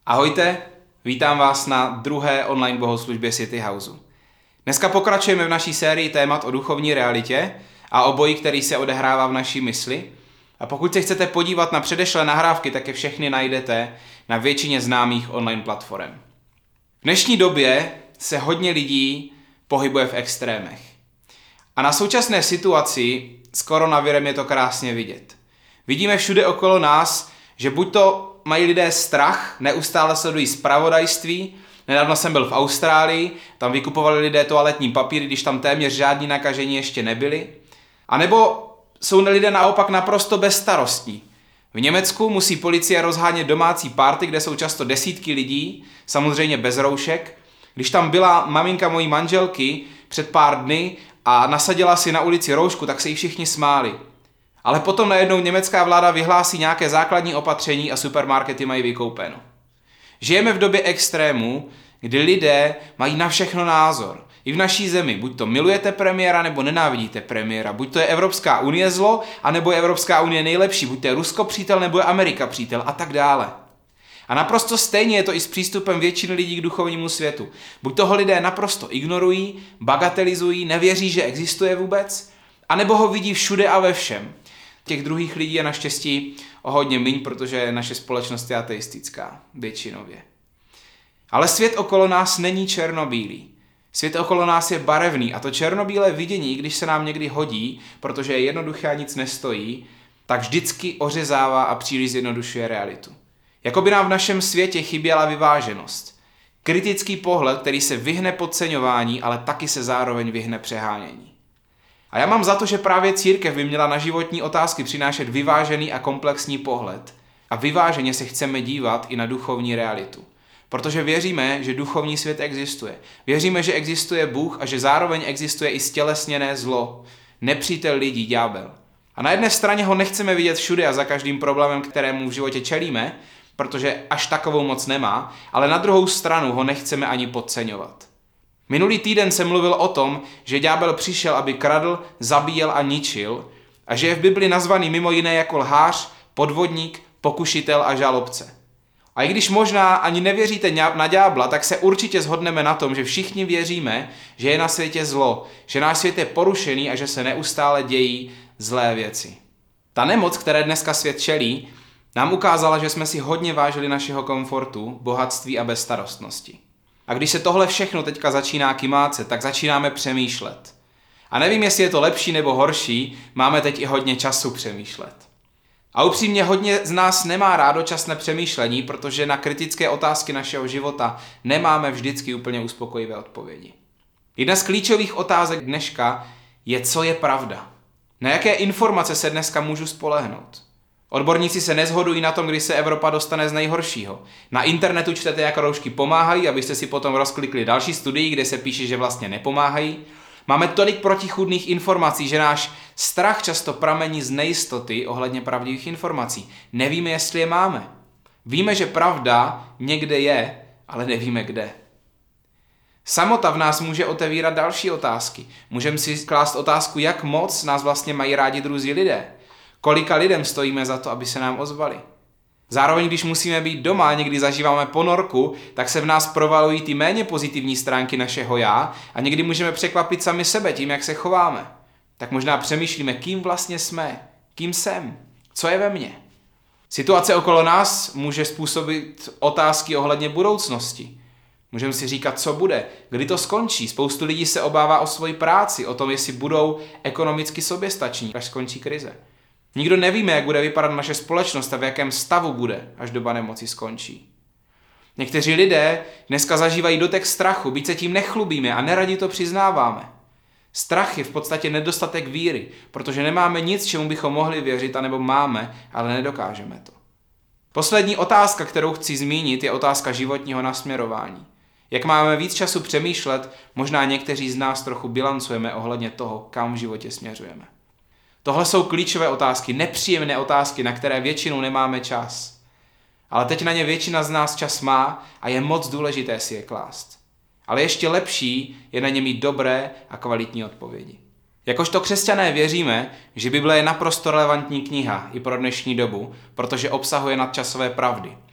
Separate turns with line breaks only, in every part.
Ahojte, vítám vás na druhé online bohoslužbě City Houseu. Dneska pokračujeme v naší sérii témat o duchovní realitě a o boji, který se odehrává v naší mysli. A pokud se chcete podívat na předešlé nahrávky, tak je všechny najdete na většině známých online platform. V dnešní době se hodně lidí pohybuje v extrémech. A na současné situaci s koronavirem je to krásně vidět. Vidíme všude okolo nás, že buď to mají lidé strach, neustále sledují zpravodajství. Nedávno jsem byl v Austrálii, tam vykupovali lidé toaletní papír, když tam téměř žádní nakažení ještě nebyli. A nebo jsou lidé naopak naprosto bezstarostní. V Německu musí policie rozhánět domácí party, kde jsou často desítky lidí, samozřejmě bez roušek. Když tam byla maminka mojí manželky před pár dny a nasadila si na ulici roušku, tak se jí všichni smáli. Ale potom najednou německá vláda vyhlásí nějaké základní opatření a supermarkety mají vykoupeno. Žijeme v době extrému, kdy lidé mají na všechno názor. I v naší zemi, buď to milujete premiéra, nebo nenávidíte premiéra. Buď to je Evropská unie zlo, anebo je Evropská unie nejlepší. Buď to je Rusko přítel, nebo je Amerika přítel a tak dále. A naprosto stejně je to i s přístupem většiny lidí k duchovnímu světu. Buď toho lidé naprosto ignorují, bagatelizují, nevěří, že existuje vůbec, anebo ho vidí všude a ve všem. Těch druhých lidí je naštěstí o hodně míň, protože naše společnost je ateistická, většinově. Ale svět okolo nás není černobílý. Svět okolo nás je barevný a to černobílé vidění, když se nám někdy hodí, protože je jednoduché a nic nestojí, tak vždycky ořezává a příliš zjednodušuje realitu. Jakoby nám v našem světě chyběla vyváženost. Kritický pohled, který se vyhne podceňování, ale taky se zároveň vyhne přehánění. A já mám za to, že právě církev by měla na životní otázky přinášet vyvážený a komplexní pohled. A vyváženě se chceme dívat i na duchovní realitu. Protože věříme, že duchovní svět existuje. Věříme, že existuje Bůh a že zároveň existuje i stělesněné zlo. Nepřítel lidí, ďábel. A na jedné straně ho nechceme vidět všude a za každým problémem, kterému v životě čelíme, protože až takovou moc nemá, ale na druhou stranu ho nechceme ani podceňovat. Minulý týden jsem mluvil o tom, že ďábel přišel, aby kradl, zabíjel a ničil a že je v Bibli nazvaný mimo jiné jako lhář, podvodník, pokušitel a žalobce. A i když možná ani nevěříte na ďábla, tak se určitě shodneme na tom, že všichni věříme, že je na světě zlo, že náš svět je porušený a že se neustále dějí zlé věci. Ta nemoc, které dneska svět čelí, nám ukázala, že jsme si hodně vážili našeho komfortu, bohatství a bezstarostnosti. A když se tohle všechno teďka začíná kymácet, tak začínáme přemýšlet. A nevím, jestli je to lepší nebo horší, máme teď i hodně času přemýšlet. A upřímně hodně z nás nemá rádo časné přemýšlení, protože na kritické otázky našeho života nemáme vždycky úplně uspokojivé odpovědi. Jedna z klíčových otázek dneška je, co je pravda. Na jaké informace se dneska můžu spolehnout? Odborníci se neshodují na tom, kdy se Evropa dostane z nejhoršího. Na internetu čtete, jak roušky pomáhají, abyste si potom rozklikli další studii, kde se píše, že vlastně nepomáhají. Máme tolik protichůdných informací, že náš strach často pramení z nejistoty ohledně pravdivých informací. Nevíme, jestli je máme. Víme, že pravda někde je, ale nevíme kde. Samota v nás může otevírat další otázky. Můžeme si klást otázku, jak moc nás vlastně mají rádi druzí lidé. Kolika lidem stojíme za to, aby se nám ozvali. Zároveň, když musíme být doma a někdy zažíváme ponorku, tak se v nás provalují ty méně pozitivní stránky našeho já a někdy můžeme překvapit sami sebe tím, jak se chováme. Tak možná přemýšlíme, kým vlastně jsme, kým jsem, co je ve mně. Situace okolo nás může způsobit otázky ohledně budoucnosti. Můžeme si říkat, co bude, kdy to skončí. Spoustu lidí se obává o svoji práci, o tom, jestli budou ekonomicky soběstační, až skončí krize. Nikdo nevíme, jak bude vypadat naše společnost a v jakém stavu bude, až doba nemoci skončí. Někteří lidé dneska zažívají dotek strachu, byť se tím nechlubíme a neradi to přiznáváme. Strach je v podstatě nedostatek víry, protože nemáme nic, čemu bychom mohli věřit, anebo máme, ale nedokážeme to. Poslední otázka, kterou chci zmínit, je otázka životního nasměrování. Jak máme víc času přemýšlet, možná někteří z nás trochu bilancujeme ohledně toho, kam v životě směřujeme. Tohle jsou klíčové otázky, nepříjemné otázky, na které většinou nemáme čas. Ale teď na ně většina z nás čas má a je moc důležité si je klást. Ale ještě lepší je na ně mít dobré a kvalitní odpovědi. Jakožto křesťané věříme, že Bible je naprosto relevantní kniha i pro dnešní dobu, protože obsahuje nadčasové pravdy.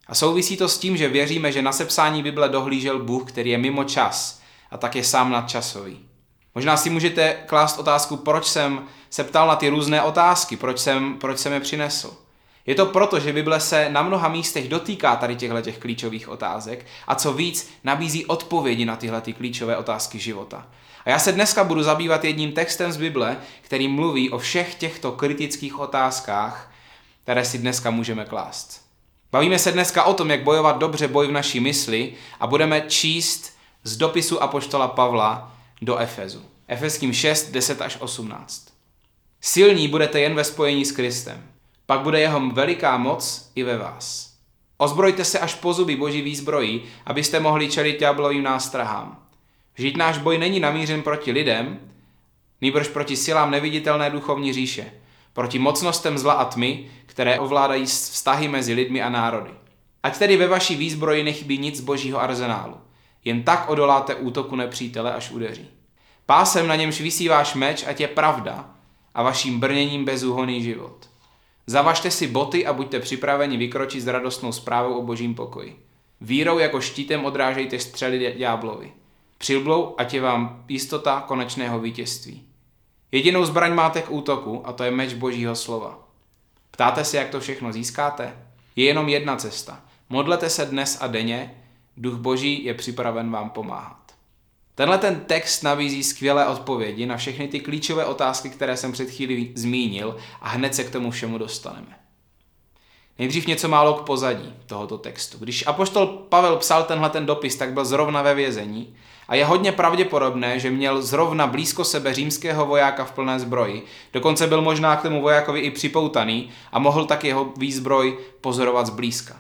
A souvisí to s tím, že věříme, že na sepsání Bible dohlížel Bůh, který je mimo čas a tak je sám nadčasový. Možná si můžete klást otázku, proč jsem se ptal na ty různé otázky, proč jsem je přinesl. Je to proto, že Bible se na mnoha místech dotýká tady těchto klíčových otázek a co víc, nabízí odpovědi na tyhle klíčové otázky života. A já se dneska budu zabývat jedním textem z Bible, který mluví o všech těchto kritických otázkách, které si dneska můžeme klást. Bavíme se dneska o tom, jak bojovat dobře boj v naší mysli a budeme číst z dopisu apoštola Pavla do Efezu. Efeským 6, 10 až 18. Silní budete jen ve spojení s Kristem. Pak bude jeho veliká moc i ve vás. Ozbrojte se až po zuby boží výzbrojí, abyste mohli čelit ďáblovým nástrahám. Vždyť náš boj není namířen proti lidem, nýbrž proti silám neviditelné duchovní říše, proti mocnostem zla a tmy, které ovládají vztahy mezi lidmi a národy. Ať tedy ve vaší výzbroji nechybí nic z božího arzenálu. Jen tak odoláte útoku nepřítele, až udeří. Pásem, na němž visí váš meč, ať je pravda, a vaším brněním bezúhonný život. Zavažte si boty a buďte připraveni vykročit s radostnou zprávou o božím pokoji. Vírou jako štítem odrážejte střely ďáblovi. Přilbou, ať je vám jistota konečného vítězství. Jedinou zbraň máte k útoku a to je meč božího slova. Ptáte se, jak to všechno získáte? Je jenom jedna cesta. Modlete se dnes a denně, duch boží je připraven vám pomáhat. Tenhle ten text nabízí skvělé odpovědi na všechny ty klíčové otázky, které jsem před chvílí zmínil a hned se k tomu všemu dostaneme. Nejdřív něco málo k pozadí tohoto textu. Když apoštol Pavel psal tenhle ten dopis, tak byl zrovna ve vězení a je hodně pravděpodobné, že měl zrovna blízko sebe římského vojáka v plné zbroji, dokonce byl možná k tomu vojákovi i připoutaný a mohl tak jeho výzbroj pozorovat zblízka.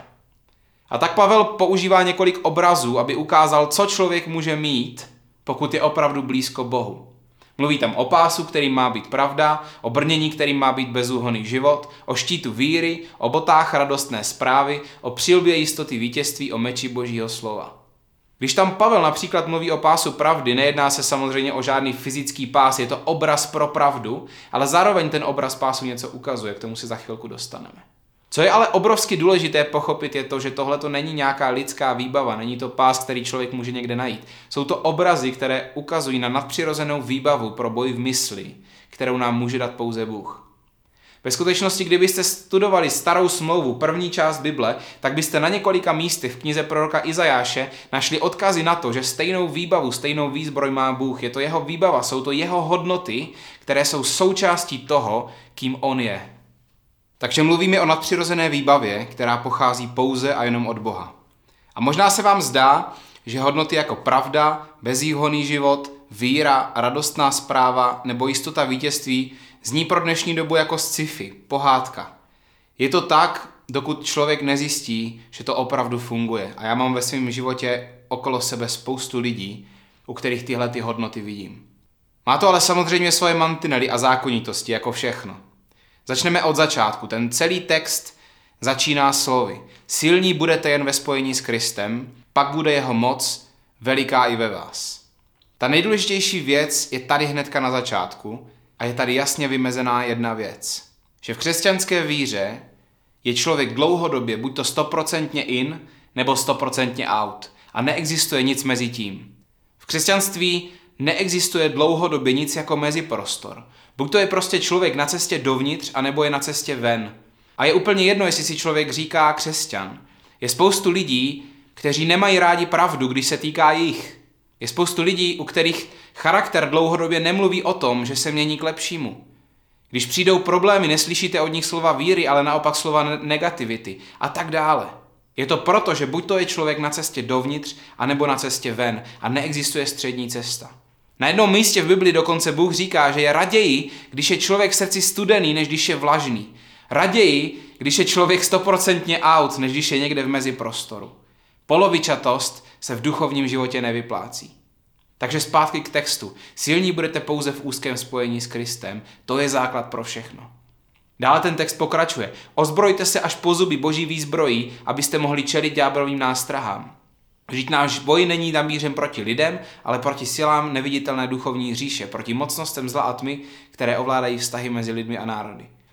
A tak Pavel používá několik obrazů, aby ukázal, co člověk může mít, pokud je opravdu blízko Bohu. Mluví tam o pásu, kterým má být pravda, o brnění, kterým má být bezúhonný život, o štítu víry, o botách radostné zprávy, o přilbě jistoty vítězství, o meči božího slova. Když tam Pavel například mluví o pásu pravdy, nejedná se samozřejmě o žádný fyzický pás, je to obraz pro pravdu, ale zároveň ten obraz pásu něco ukazuje, k tomu se za chvilku dostaneme. Co je ale obrovsky důležité pochopit je to, že tohle to není nějaká lidská výbava, není to pás, který člověk může někde najít. Jsou to obrazy, které ukazují na nadpřirozenou výbavu pro boj v mysli, kterou nám může dát pouze Bůh. Ve skutečnosti, kdybyste studovali Starou smlouvu, první část Bible, tak byste na několika místech v knize proroka Izajáše našli odkazy na to, že stejnou výbavu, stejnou výzbroj má Bůh. Je to jeho výbava, jsou to jeho hodnoty, které jsou součástí toho, kým on je. Takže mluvíme o nadpřirozené výbavě, která pochází pouze a jenom od Boha. A možná se vám zdá, že hodnoty jako pravda, bezúhonný život, víra, radostná zpráva nebo jistota vítězství zní pro dnešní dobu jako sci-fi, pohádka. Je to tak, dokud člověk nezjistí, že to opravdu funguje. A já mám ve svém životě okolo sebe spoustu lidí, u kterých tyhle ty hodnoty vidím. Má to ale samozřejmě svoje mantinely a zákonitosti, jako všechno. Začneme od začátku. Ten celý text začíná slovy. Silní budete jen ve spojení s Kristem, pak bude jeho moc veliká i ve vás. Ta nejdůležitější věc je tady hnedka na začátku a je tady jasně vymezená jedna věc. Že v křesťanské víře je člověk dlouhodobě buď to 100% in, nebo 100% out. A neexistuje nic mezi tím. V křesťanství neexistuje dlouhodobě nic jako meziprostor. Buď to je prostě člověk na cestě dovnitř, anebo je na cestě ven. A je úplně jedno, jestli si člověk říká křesťan. Je spoustu lidí, kteří nemají rádi pravdu, když se týká jich. Je spoustu lidí, u kterých charakter dlouhodobě nemluví o tom, že se mění k lepšímu. Když přijdou problémy, neslyšíte od nich slova víry, ale naopak slova negativity a tak dále. Je to proto, že buď to je člověk na cestě dovnitř, anebo na cestě ven a neexistuje střední cesta. Na jednom místě v Bibli dokonce Bůh říká, že je raději, když je člověk v srdci studený, než když je vlažný. Raději, když je člověk 100% out, než když je někde v meziprostoru. Polovičatost se v duchovním životě nevyplácí. Takže zpátky k textu. Silní budete pouze v úzkém spojení s Kristem. To je základ pro všechno. Dále ten text pokračuje. Ozbrojte se až po zuby boží výzbrojí, abyste mohli čelit ďáblovým nástrahám. Vždyť náš boj není namířen proti lidem, ale proti silám neviditelné duchovní říše, proti mocnostem zla a tmy, které ovládají vztahy mezi lidmi a národy.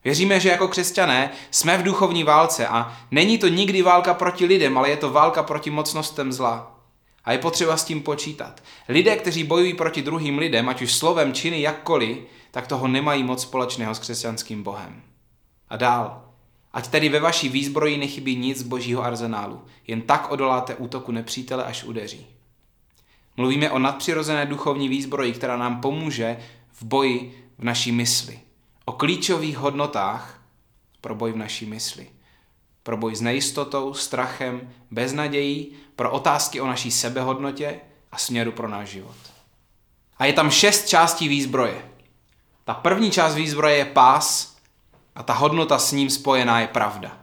Věříme, že jako křesťané jsme v duchovní válce a není to nikdy válka proti lidem, ale je to válka proti mocnostem zla. A je potřeba s tím počítat. Lidé, kteří bojují proti druhým lidem, ať už slovem, činy, jakkoliv, tak toho nemají moc společného s křesťanským Bohem. A dál. Ať tedy ve vaší výzbroji nechybí nic z božího arzenálu. Jen tak odoláte útoku nepřítele, až udeří. Mluvíme o nadpřirozené duchovní výzbroji, která nám pomůže v boji v naší mysli. O klíčových hodnotách pro boj v naší mysli. Pro boj s nejistotou, strachem, beznadějí, pro otázky o naší sebehodnotě a směru pro náš život. A je tam 6 částí výzbroje. Ta první část výzbroje je pás a ta hodnota s ním spojená je pravda.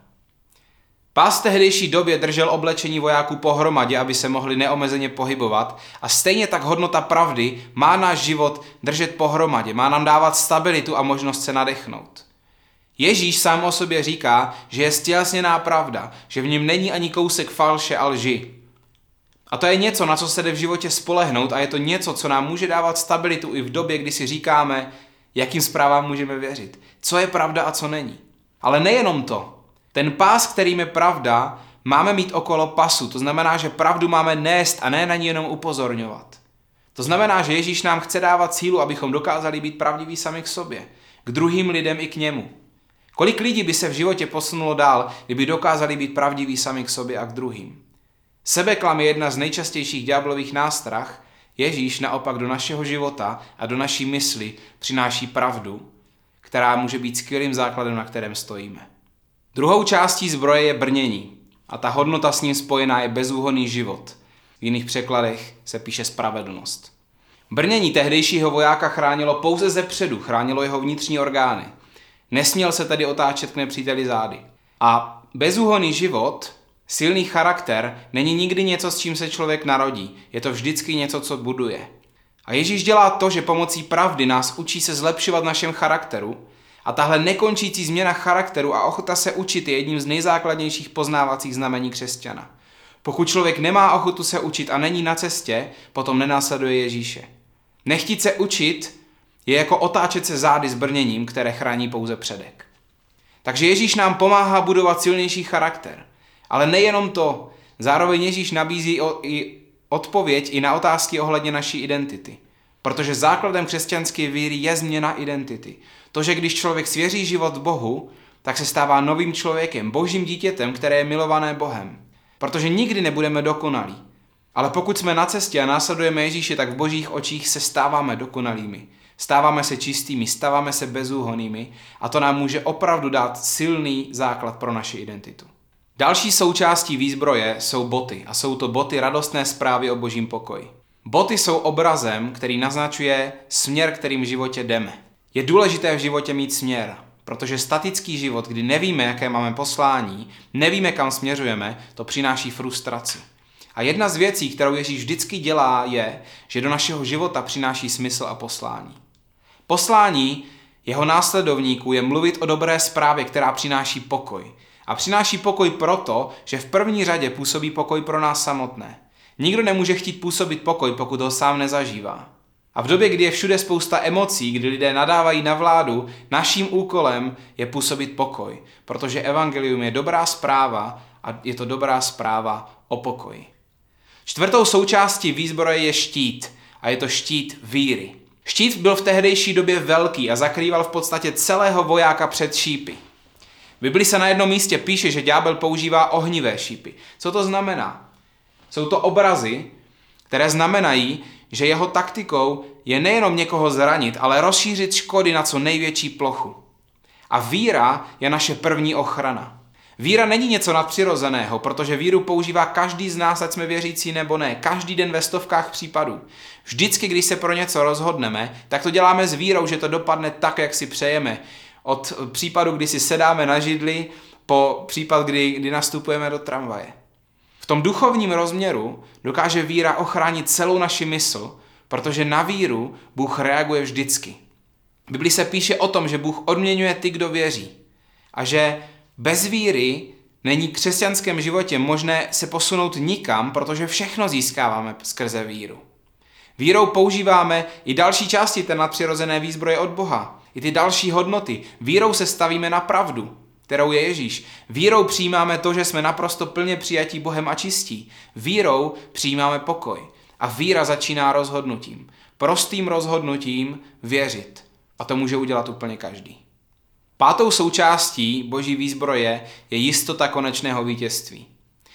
Pás v tehdejší době držel oblečení vojáků pohromadě, aby se mohli neomezeně pohybovat, a stejně tak hodnota pravdy má náš život držet pohromadě, má nám dávat stabilitu a možnost se nadechnout. Ježíš sám o sobě říká, že je stělesněná pravda, že v něm není ani kousek falše a lži. A to je něco, na co se jde v životě spolehnout, a je to něco, co nám může dávat stabilitu i v době, kdy si říkáme, jakým zprávám můžeme věřit, co je pravda a co není. Ale nejenom to. Ten pás, kterým je pravda, máme mít okolo pasu. To znamená, že pravdu máme nést a ne na ní jenom upozorňovat. To znamená, že Ježíš nám chce dávat sílu, abychom dokázali být pravdiví sami k sobě, k druhým lidem i k němu. Kolik lidí by se v životě posunulo dál, kdyby dokázali být pravdiví sami k sobě a k druhým? Sebeklam je jedna z nejčastějších ďáblových nástrah. Ježíš naopak do našeho života a do naší mysli přináší pravdu, která může být skvělým základem, na kterém stojíme. Druhou částí zbroje je brnění a ta hodnota s ním spojená je bezúhonný život. V jiných překladech se píše spravedlnost. Brnění tehdejšího vojáka chránilo pouze zepředu, chránilo jeho vnitřní orgány. Nesměl se tedy otáčet k nepříteli zády. A bezúhonný život, silný charakter, není nikdy něco, s čím se člověk narodí. Je to vždycky něco, co buduje. A Ježíš dělá to, že pomocí pravdy nás učí se zlepšovat v našem charakteru, a tahle nekončící změna charakteru a ochota se učit je jedním z nejzákladnějších poznávacích znamení křesťana. Pokud člověk nemá ochotu se učit a není na cestě, potom nenásleduje Ježíše. Nechtít se učit je jako otáčet se zády s brněním, které chrání pouze předek. Takže Ježíš nám pomáhá budovat silnější charakter. Ale nejenom to, zároveň Ježíš nabízí i odpověď i na otázky ohledně naší identity. Protože základem křesťanské víry je změna identity. To, že když člověk svěří život Bohu, tak se stává novým člověkem, božím dítětem, které je milované Bohem. Protože nikdy nebudeme dokonalí. Ale pokud jsme na cestě a následujeme Ježíše, tak v božích očích se stáváme dokonalými. Stáváme se čistými, stáváme se bezúhonnými a to nám může opravdu dát silný základ pro naši identitu. Další součástí výzbroje jsou boty a jsou to boty radostné zprávy o božím pokoji. Boty jsou obrazem, který naznačuje směr, kterým v životě jdeme. Je důležité v životě mít směr, protože statický život, kdy nevíme, jaké máme poslání, nevíme, kam směřujeme, to přináší frustraci. A jedna z věcí, kterou Ježíš vždycky dělá, je, že do našeho života přináší smysl a poslání. Poslání jeho následovníků je mluvit o dobré zprávě, která přináší pokoj. A přináší pokoj proto, že v první řadě působí pokoj pro nás samotné. Nikdo nemůže chtít působit pokoj, pokud ho sám nezažívá. A v době, kdy je všude spousta emocí, kdy lidé nadávají na vládu, naším úkolem je působit pokoj, protože evangelium je dobrá zpráva a je to dobrá zpráva o pokoji. Čtvrtou součástí výzbroje je štít a je to štít víry. Štít byl v tehdejší době velký a zakrýval v podstatě celého vojáka před šípy. V Bibli se na jednom místě píše, že ďábel používá ohnivé šípy. Co to znamená? Jsou to obrazy, které znamenají, že jeho taktikou je nejenom někoho zranit, ale rozšířit škody na co největší plochu. A víra je naše první ochrana. Víra není něco nadpřirozeného, protože víru používá každý z nás, ať jsme věřící nebo ne, každý den ve stovkách případů. Vždycky, když se pro něco rozhodneme, tak to děláme s vírou, že to dopadne tak, jak si přejeme. Od případu, kdy si sedáme na židli, po případ, kdy nastupujeme do tramvaje. V tom duchovním rozměru dokáže víra ochránit celou naši mysl, protože na víru Bůh reaguje vždycky. V Biblii se píše o tom, že Bůh odměňuje ty, kdo věří. A že bez víry není v křesťanském životě možné se posunout nikam, protože všechno získáváme skrze víru. Vírou používáme i další části té nadpřirozené výzbroje od Boha. I ty další hodnoty. Vírou se stavíme na pravdu, kterou je Ježíš. Vírou přijímáme to, že jsme naprosto plně přijatí Bohem a čistí. Vírou přijímáme pokoj. A víra začíná rozhodnutím. Prostým rozhodnutím věřit. A to může udělat úplně každý. Pátou součástí Boží výzbroje je jistota konečného vítězství.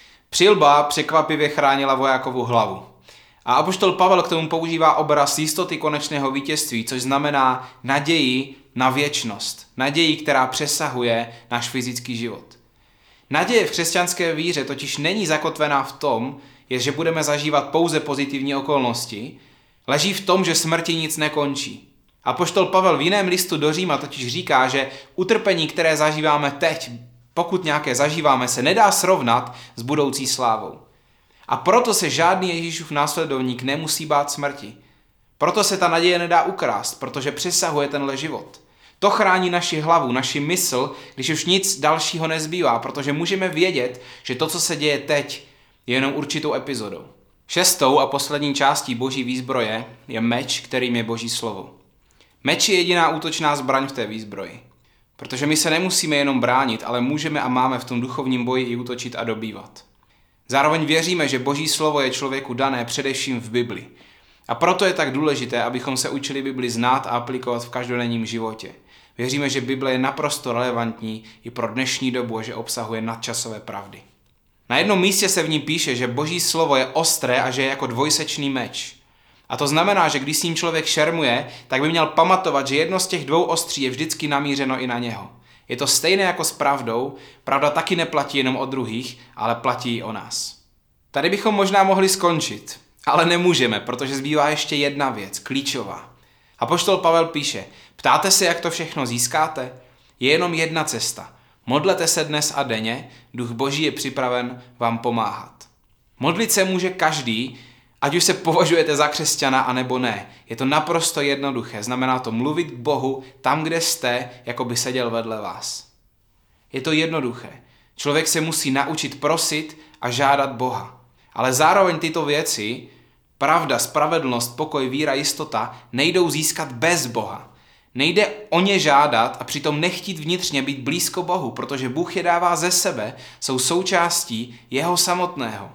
Přilba překvapivě chránila vojákovu hlavu. A apoštol Pavel k tomu používá obraz jistoty konečného vítězství, což znamená naději na věčnost. Naději, která přesahuje náš fyzický život. Naděje v křesťanské víře totiž není zakotvená v tom, že budeme zažívat pouze pozitivní okolnosti, leží v tom, že smrti nic nekončí. Apoštol Pavel v jiném listu do Říma totiž říká, že utrpení, které zažíváme teď, pokud nějaké zažíváme, se nedá srovnat s budoucí slávou. A proto se žádný Ježíšův následovník nemusí bát smrti. Proto se ta naděje nedá ukrást, protože přesahuje tenhle život. To chrání naši hlavu, naši mysl, když už nic dalšího nezbývá, protože můžeme vědět, že to, co se děje teď, je jenom určitou epizodou. Šestou a poslední částí Boží výzbroje je meč, kterým je Boží slovo. Meč je jediná útočná zbraň v té výzbroji. Protože my se nemusíme jenom bránit, ale můžeme a máme v tom duchovním boji i útočit a dobývat. Zároveň věříme, že Boží slovo je člověku dané především v Bibli. A proto je tak důležité, abychom se učili Bibli znát a aplikovat v každodenním životě. Věříme, že Bible je naprosto relevantní i pro dnešní dobu a že obsahuje nadčasové pravdy. Na jednom místě se v ní píše, že Boží slovo je ostré a že je jako dvojsečný meč. A to znamená, že když s ním člověk šermuje, tak by měl pamatovat, že jedno z těch dvou ostří je vždycky namířeno i na něho. Je to stejné jako s pravdou, pravda taky neplatí jenom o druhých, ale platí i o nás. Tady bychom možná mohli skončit, ale nemůžeme, protože zbývá ještě jedna věc, klíčová. Apoštol Pavel píše, ptáte se, jak to všechno získáte? Je jenom jedna cesta. Modlete se dnes a denně, Duch Boží je připraven vám pomáhat. Modlit se může každý, ať už se považujete za křesťana, anebo ne. Je to naprosto jednoduché. Znamená to mluvit k Bohu tam, kde jste, jako by seděl vedle vás. Je to jednoduché. Člověk se musí naučit prosit a žádat Boha. Ale zároveň tyto věci, pravda, spravedlnost, pokoj, víra, jistota, nejdou získat bez Boha. Nejde o ně žádat a přitom nechtít vnitřně být blízko Bohu, protože Bůh je dává ze sebe, jsou součástí jeho samotného.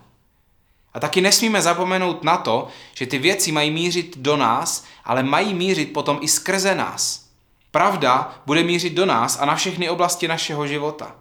A taky nesmíme zapomenout na to, že ty věci mají mířit do nás, ale mají mířit potom i skrze nás. Pravda bude mířit do nás a na všechny oblasti našeho života.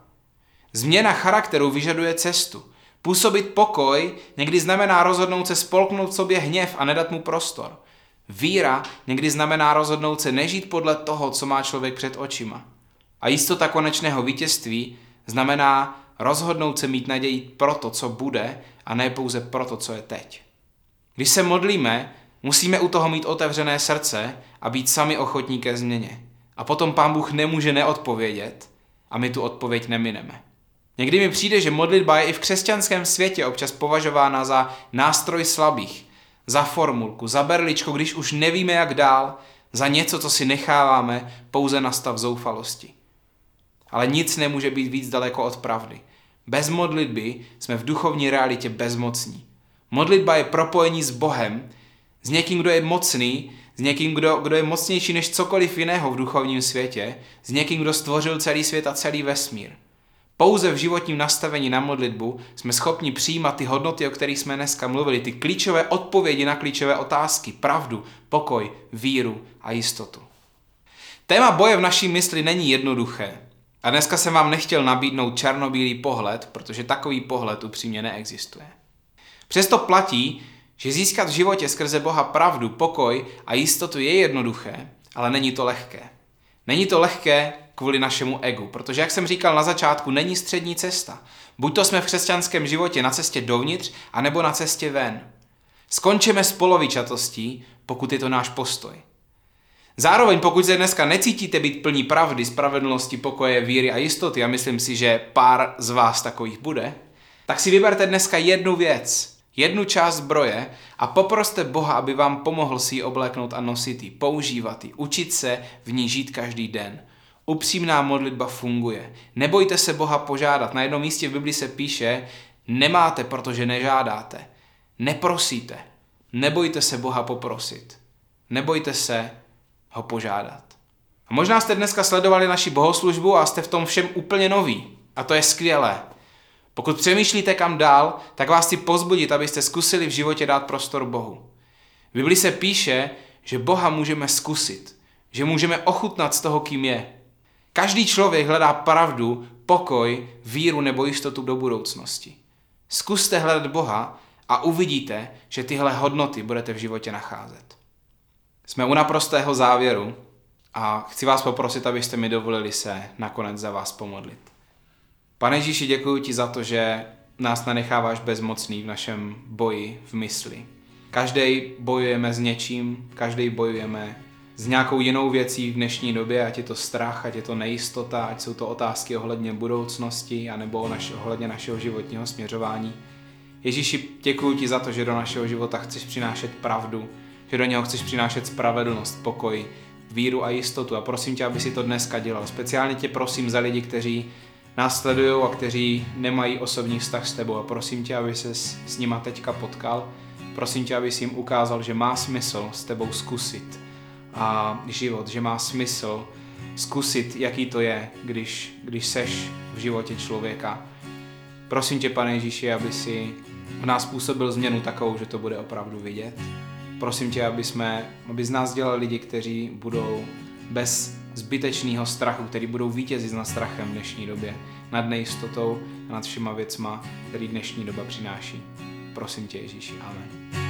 Změna charakteru vyžaduje cestu. Působit pokoj někdy znamená rozhodnout se spolknout v sobě hněv a nedat mu prostor. Víra někdy znamená rozhodnout se nežít podle toho, co má člověk před očima. A jistota konečného vítězství znamená rozhodnout se mít naději pro to, co bude, a ne pouze pro to, co je teď. Když se modlíme, musíme u toho mít otevřené srdce a být sami ochotní ke změně. A potom Pán Bůh nemůže neodpovědět a my tu odpověď nemineme. Někdy mi přijde, že modlitba je i v křesťanském světě občas považována za nástroj slabých, za formulku, za berličko, když už nevíme jak dál, za něco, co si necháváme pouze na stav zoufalosti. Ale nic nemůže být víc daleko od pravdy. Bez modlitby jsme v duchovní realitě bezmocní. Modlitba je propojení s Bohem, s někým, kdo je mocný, s někým, kdo je mocnější než cokoliv jiného v duchovním světě, s někým, kdo stvořil celý svět a celý vesmír. Pouze v životním nastavení na modlitbu jsme schopni přijímat ty hodnoty, o kterých jsme dneska mluvili, ty klíčové odpovědi na klíčové otázky, pravdu, pokoj, víru a jistotu. Téma boje v naší mysli není jednoduché. A dneska jsem vám nechtěl nabídnout černobílý pohled, protože takový pohled upřímně neexistuje. Přesto platí, že získat v životě skrze Boha pravdu, pokoj a jistotu je jednoduché, ale není to lehké. Není to lehké kvůli našemu egu, protože, jak jsem říkal na začátku, není střední cesta. Buď to jsme v křesťanském životě na cestě dovnitř, anebo na cestě ven. Skončíme s polovičatostí, pokud je to náš postoj. Zároveň, pokud se dneska necítíte být plní pravdy, spravedlnosti, pokoje, víry a jistoty, a myslím si, že pár z vás takových bude, tak si vyberte dneska jednu věc, jednu část zbroje a poproste Boha, aby vám pomohl si ji obléknout a nosit ji, používat ji, učit se v ní žít každý den. Upřímná modlitba funguje. Nebojte se Boha požádat. Na jednom místě v Bibli se píše, nemáte, protože nežádáte. Neprosíte. Nebojte se Boha poprosit. Nebojte se ho požádat. A možná jste dneska sledovali naši bohoslužbu a jste v tom všem úplně noví. A to je skvělé. Pokud přemýšlíte kam dál, tak vás chci povzbudit, abyste zkusili v životě dát prostor Bohu. V Biblii se píše, že Boha můžeme zkusit, že můžeme ochutnat z toho, kým je. Každý člověk hledá pravdu, pokoj, víru nebo jistotu do budoucnosti. Zkuste hledat Boha a uvidíte, že tyhle hodnoty budete v životě nacházet. Jsme u naprostého závěru a chci vás poprosit, abyste mi dovolili se nakonec za vás pomodlit. Pane Ježíši, děkuji ti za to, že nás nenecháváš bezmocný v našem boji v mysli. Každý bojujeme s něčím, každý bojujeme s nějakou jinou věcí v dnešní době, ať je to strach, ať je to nejistota, ať jsou to otázky ohledně budoucnosti, anebo ohledně našeho životního směřování. Ježíši, děkuji ti za to, že do našeho života chceš přinášet pravdu, že do něho chceš přinášet spravedlnost, pokoj, víru a jistotu. A prosím tě, aby si to dneska dělal. Speciálně tě prosím za lidi, kteří nás sledují a kteří nemají osobní vztah s tebou. A prosím tě, aby ses s nima teďka potkal. Prosím tě, aby si jim ukázal, že má smysl s tebou zkusit a život, že má smysl zkusit, jaký to je, když seš v životě člověka. Prosím tě, Pane Ježíši, aby si v nás působil změnu takovou, že to bude opravdu vidět. Prosím tě, aby z nás dělali lidi, kteří budou bez zbytečného strachu, kteří budou vítězit nad strachem v dnešní době, nad nejistotou a nad všema věcma, který dnešní doba přináší. Prosím tě, Ježíši, amen.